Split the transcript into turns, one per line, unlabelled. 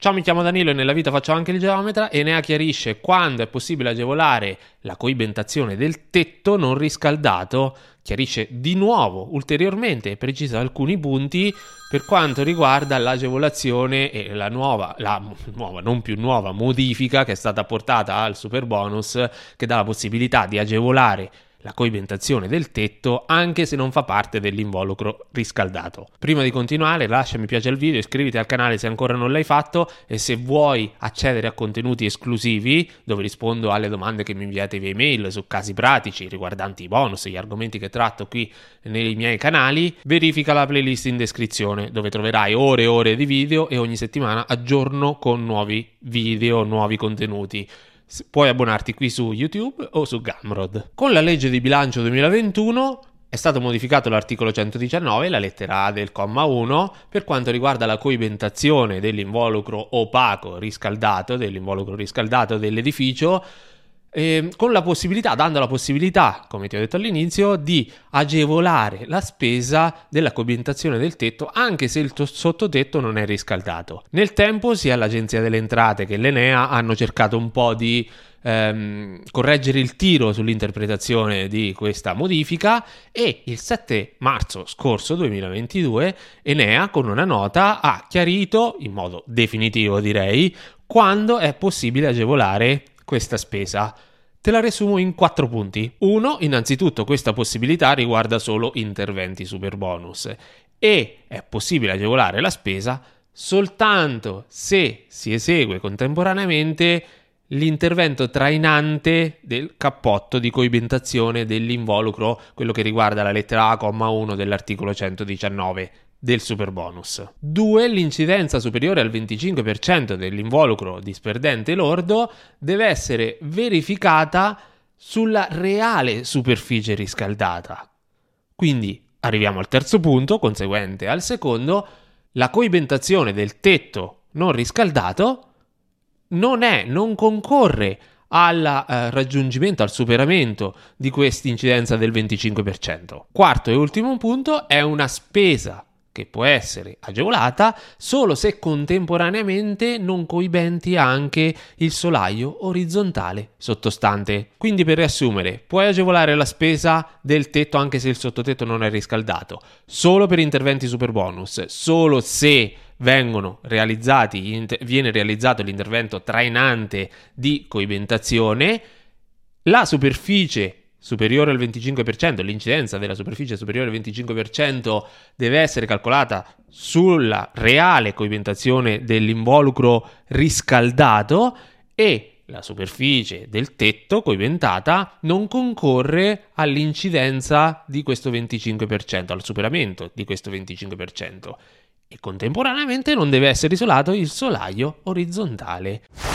Ciao, mi chiamo Danilo e nella vita faccio anche il geometra. Enea chiarisce quando è possibile agevolare la coibentazione del tetto non riscaldato, chiarisce di nuovo ulteriormente e precisa alcuni punti per quanto riguarda l'agevolazione e la nuova, non più nuova modifica che è stata apportata al superbonus, che dà la possibilità di agevolare la coibentazione del tetto anche se non fa parte dell'involucro riscaldato. Prima di continuare lascia mi piace al video, iscriviti al canale se ancora non l'hai fatto e se vuoi accedere a contenuti esclusivi dove rispondo alle domande che mi inviate via email su casi pratici riguardanti i bonus e gli argomenti che tratto qui nei miei canali, verifica la playlist in descrizione dove troverai ore e ore di video e ogni settimana aggiorno con nuovi video, nuovi contenuti. Puoi abbonarti qui su YouTube o su Gumroad. Con la legge di bilancio 2021 è stato modificato l'articolo 119, la lettera A del comma 1, per quanto riguarda la coibentazione dell'involucro opaco riscaldato, dell'edificio, con la possibilità, dando la possibilità, come ti ho detto all'inizio, di agevolare la spesa della coibentazione del tetto anche se il sottotetto non è riscaldato. Nel tempo sia l'Agenzia delle Entrate che l'Enea hanno cercato un po' di correggere il tiro sull'interpretazione di questa modifica e il 7 marzo scorso 2022 Enea con una nota ha chiarito, in modo definitivo direi, quando è possibile agevolare questa spesa. Te la riassumo in 4 punti. 1. Innanzitutto questa possibilità riguarda solo interventi superbonus e è possibile agevolare la spesa soltanto se si esegue contemporaneamente l'intervento trainante del cappotto di coibentazione dell'involucro, quello che riguarda la lettera A, comma 1 dell'articolo 119 del superbonus. 2. L'incidenza superiore al 25% dell'involucro disperdente lordo deve essere verificata sulla reale superficie riscaldata. Quindi arriviamo al terzo punto, conseguente al secondo: la coibentazione del tetto non riscaldato non concorre al raggiungimento, al superamento di questa incidenza del 25%. Quarto e ultimo punto: è una spesa che può essere agevolata solo se contemporaneamente non coibenti anche il solaio orizzontale sottostante. Quindi, per riassumere, puoi agevolare la spesa del tetto anche se il sottotetto non è riscaldato, solo per interventi superbonus, solo se viene realizzato l'intervento trainante di coibentazione, la superficie superiore al 25%, l'incidenza della superficie superiore al 25% deve essere calcolata sulla reale coibentazione dell'involucro riscaldato e la superficie del tetto coibentata non concorre all'incidenza di questo 25%, al superamento di questo 25%. E contemporaneamente non deve essere isolato il solaio orizzontale.